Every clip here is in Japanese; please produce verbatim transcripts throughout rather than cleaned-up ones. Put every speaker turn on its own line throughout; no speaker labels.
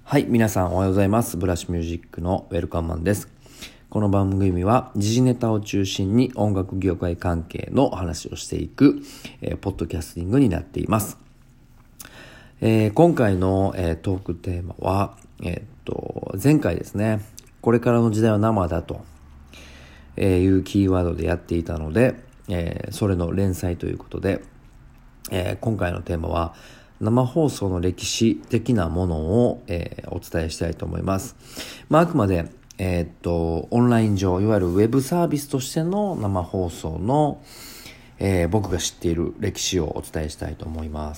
はい、皆さんおはようございます。ブラッシュミュージックのウェルカムマンです。この番組は時事ネタを中心に音楽業界関係の話をしていく、えー、ポッドキャスティングになっています。えー、今回の、えー、トークテーマは、えー、っと前回ですね、これからの時代は生だというキーワードでやっていたので、えー、それの連載ということで、えー、今回のテーマは生放送の歴史的なものを、えー、お伝えしたいと思います。まあ、あくまで、えー、っとオンライン上、いわゆるウェブサービスとしての生放送の、えー、僕が知っている歴史をお伝えしたいと思います。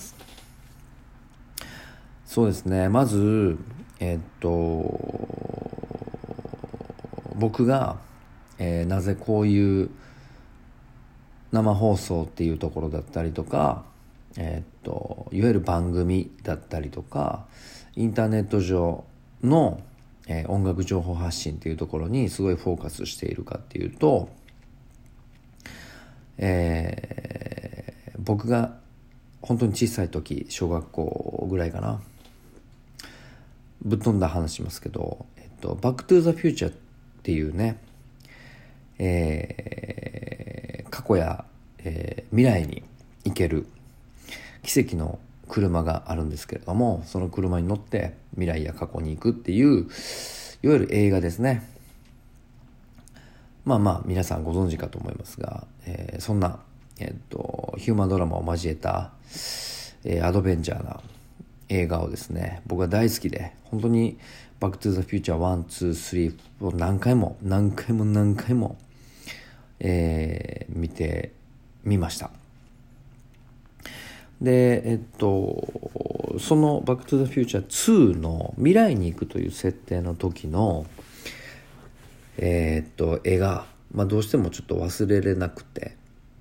そうですね、まず、えー、っと僕が、えー、なぜこういう生放送っていうところだったりとか、えー、っといわゆる番組だったりとかインターネット上の、えー、音楽情報発信っていうところにすごいフォーカスしているかっていうと、えー、僕が本当に小さい時、小学校ぐらいかな、ぶっ飛んだ話しますけど、えっと、バックトゥーザフューチャーっていうね、えー、過去や、えー、未来に行ける奇跡の車があるんですけれども、その車に乗って未来や過去に行くっていういわゆる映画ですね。まあまあ皆さんご存知かと思いますが、えー、そんな、えー、っとヒューマンドラマを交えた、えー、アドベンチャーな映画をですね、僕は大好きで、本当にバックトゥザフューチャーワン、ツー、スリーを何回も何回も何回も、えー、見てみました。で、えっと、そのバックトゥザフューチャーツーの未来に行くという設定の時の、えー、っと、絵が、まあどうしてもちょっと忘れれなくて、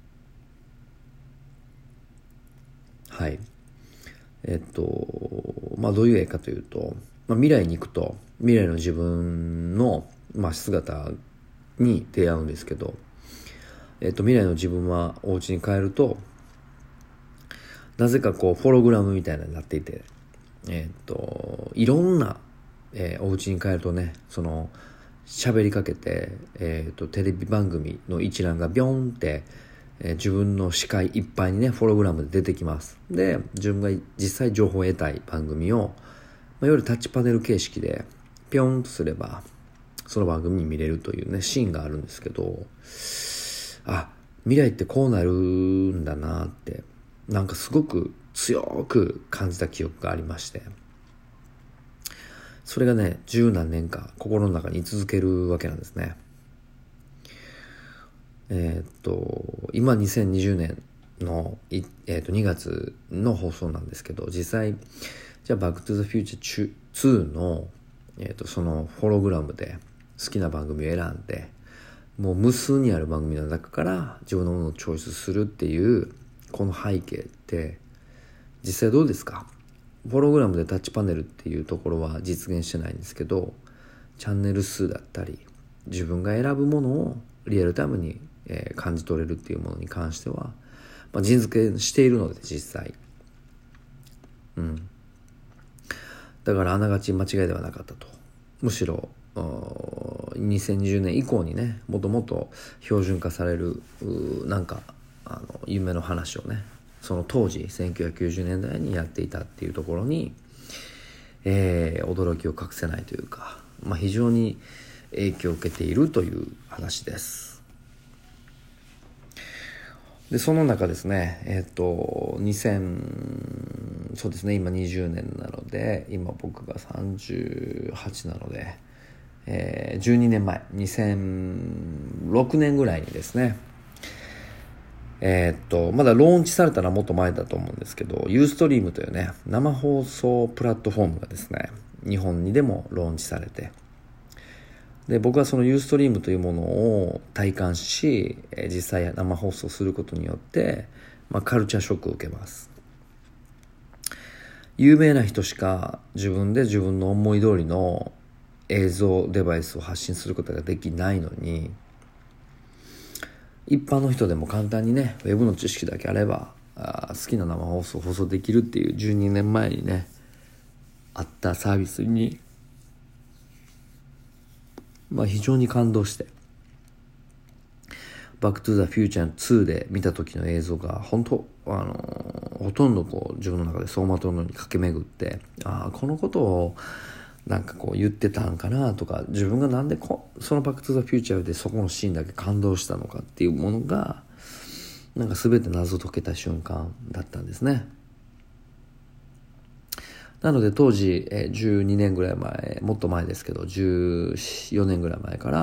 はい。えっと、まあどういう絵かというと、まあ、未来に行くと、未来の自分の、まあ、姿に出会うんですけど、えっと、未来の自分はお家に帰ると、なぜかこう、ホログラムみたいなのになっていて、えっと、いろんな、えー、お家に帰るとね、その、喋りかけて、えっと、テレビ番組の一覧がビョンって、えー、自分の視界いっぱいにね、ホログラムで出てきます。で、自分が実際情報を得たい番組を、まあ、いわゆるタッチパネル形式で、ピョンとすれば、その番組に見れるというね、シーンがあるんですけど、あ、未来ってこうなるんだなって、なんかすごく強く感じた記憶がありまして、それがね、十何年か心の中に居続けるわけなんですね。えー、っと今にせんにじゅうねんの、えー、っとにがつの放送なんですけど、実際じゃあバックトゥザフューチャーツーの、えー、っとそのホログラムで好きな番組を選んで、もう無数にある番組の中から自分のものをチョイスするっていうこの背景って実際どうですか？ホログラムでタッチパネルっていうところは実現してないんですけど、チャンネル数だったり自分が選ぶものをリアルタイムに、えー、感じ取れるっていうものに関しては、まあ、人付けしているので実際、うん、だからあながち間違いではなかったと。むしろにせんにじゅうねん以降にね、もともと標準化されるなんかあの夢の話をね、その当時せんきゅうひゃくきゅうじゅうねんだいにやっていたっていうところに、えー、驚きを隠せないというか、まあ、非常に影響を受けているという話です。でその中ですね、えっとにせんそうですね今にじゅうねんなので、今僕がさんじゅうはちなので、えー、じゅうにねんまえにせんろくねんぐらいにですね、えー、っとまだローンチされたのはもっと前だと思うんですけど、ユーストリームというね生放送プラットフォームがですね日本にでもローンチされて、で僕はそのユーストリームというものを体感し、えー、実際生放送することによって、まあ、カルチャーショックを受けます。有名な人しか自分で自分の思い通りの映像デバイスを発信することができないのに、一般の人でも簡単にねウェブの知識だけあればあ好きな生放送を放送できるっていうじゅうにねんまえにねあったサービスに、まあ、非常に感動して、バックトゥザフューチャーツーで見た時の映像が本当あのほとんどこう自分の中で走馬灯のように駆け巡って、ああこのことをなんかこう言ってたんかなとか、自分がなんでこそのバックトゥザフューチャーでそこのシーンだけ感動したのかっていうものがなんか全て謎解けた瞬間だったんですね。なので当時えじゅうにねんぐらい前、もっと前ですけどじゅうよねんぐらい前から、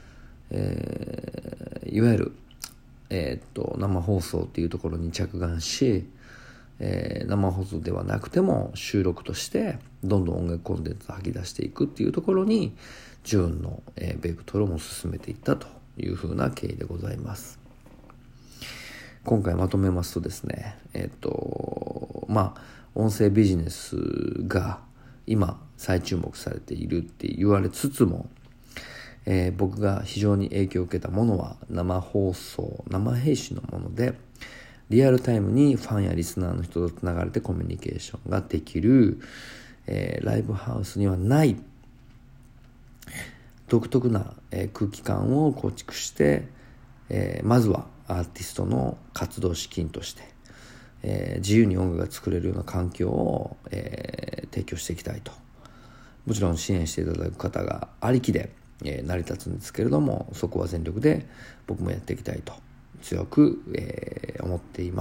えー、いわゆる、えー、っと生放送っていうところに着眼し、えー、生放送ではなくても収録としてどんどん音楽コンテンツを吐き出していくっていうところにジューンの、えー、ベクトルも進めていったというふうな経緯でございます。今回まとめますとですね、えー、っとまあ音声ビジネスが今再注目されているって言われつつも、えー、僕が非常に影響を受けたものは生放送、生配信のもので、リアルタイムにファンやリスナーの人とつながれてコミュニケーションができる、えー、ライブハウスにはない独特な、えー、空気感を構築して、えー、まずはアーティストの活動資金として、えー、自由に音楽が作れるような環境を、えー、提供していきたいと。もちろん支援していただく方がありきで、えー、成り立つんですけれども、そこは全力で僕もやっていきたいと強く、えー、思っています。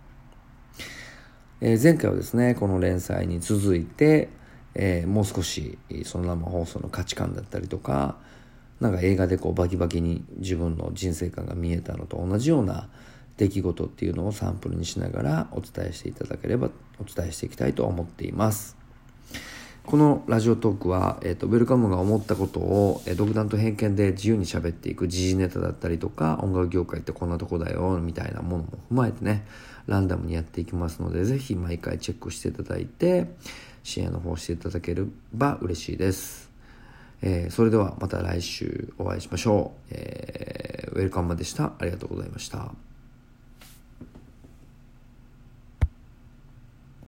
えー、前回はですねこの連載に続いて、えー、もう少しその生放送の価値観だったりとか、なんか映画でこうバキバキに自分の人生観が見えたのと同じような出来事っていうのをサンプルにしながらお伝えしていただければお伝えしていきたいと思っています。このラジオトークは、えーと、ウェルカムが思ったことを、えー、独断と偏見で自由に喋っていく時事ネタだったりとか、音楽業界ってこんなとこだよみたいなものも踏まえてね、ランダムにやっていきますので、ぜひ毎回チェックしていただいて支援の方していただければ嬉しいです。えー、それではまた来週お会いしましょう。えー、ウェルカムでした。ありがとうございました。